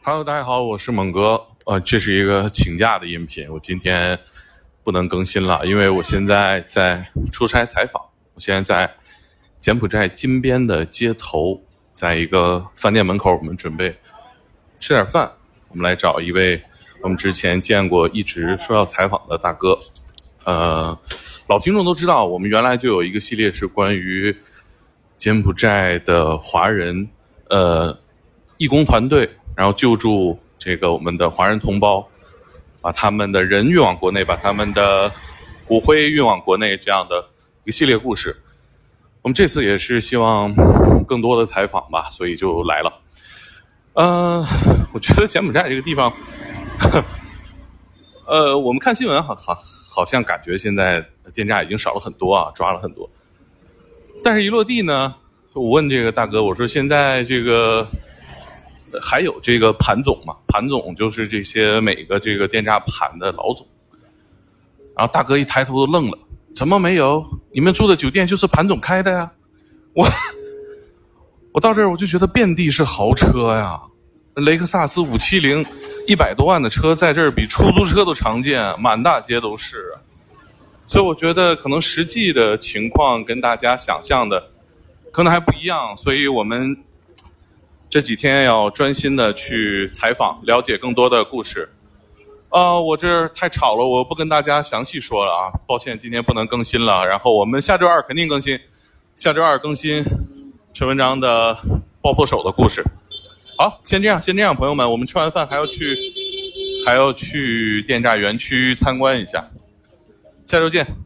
Hello，大家好，我是猛哥。这是一个请假的音频，我今天不能更新了，因为我现在在出差采访。我现在在柬埔寨金边的街头，在一个饭店门口，我们准备吃点饭。我们来找一位我们之前见过、一直说要采访的大哥。老听众都知道，我们原来就有一个系列是关于柬埔寨的华人义工团队，然后救助这个我们的华人同胞，把他们的人运往国内，把他们的骨灰运往国内，这样的一个系列故事。我们这次也是希望更多的采访吧，所以就来了。我觉得柬埔寨这个地方，我们看新闻好像感觉现在电诈已经少了很多啊，抓了很多。但是一落地呢，我问这个大哥，我说现在这个还有这个盘总嘛？盘总就是这些每个这个电诈盘的老总。然后大哥一抬头都愣了，怎么没有？你们住的酒店就是盘总开的呀？我到这儿我就觉得遍地是豪车呀，雷克萨斯570，100多万的车在这儿比出租车都常见，满大街都是。所以我觉得可能实际的情况跟大家想象的可能还不一样，所以我们这几天要专心的去采访，了解更多的故事。我这儿太吵了，我不跟大家详细说了啊，抱歉今天不能更新了。然后我们下周二肯定更新，下周二更新陈文章的爆破手的故事。好，先这样，朋友们，我们吃完饭还要去电诈园区参观一下。下周见。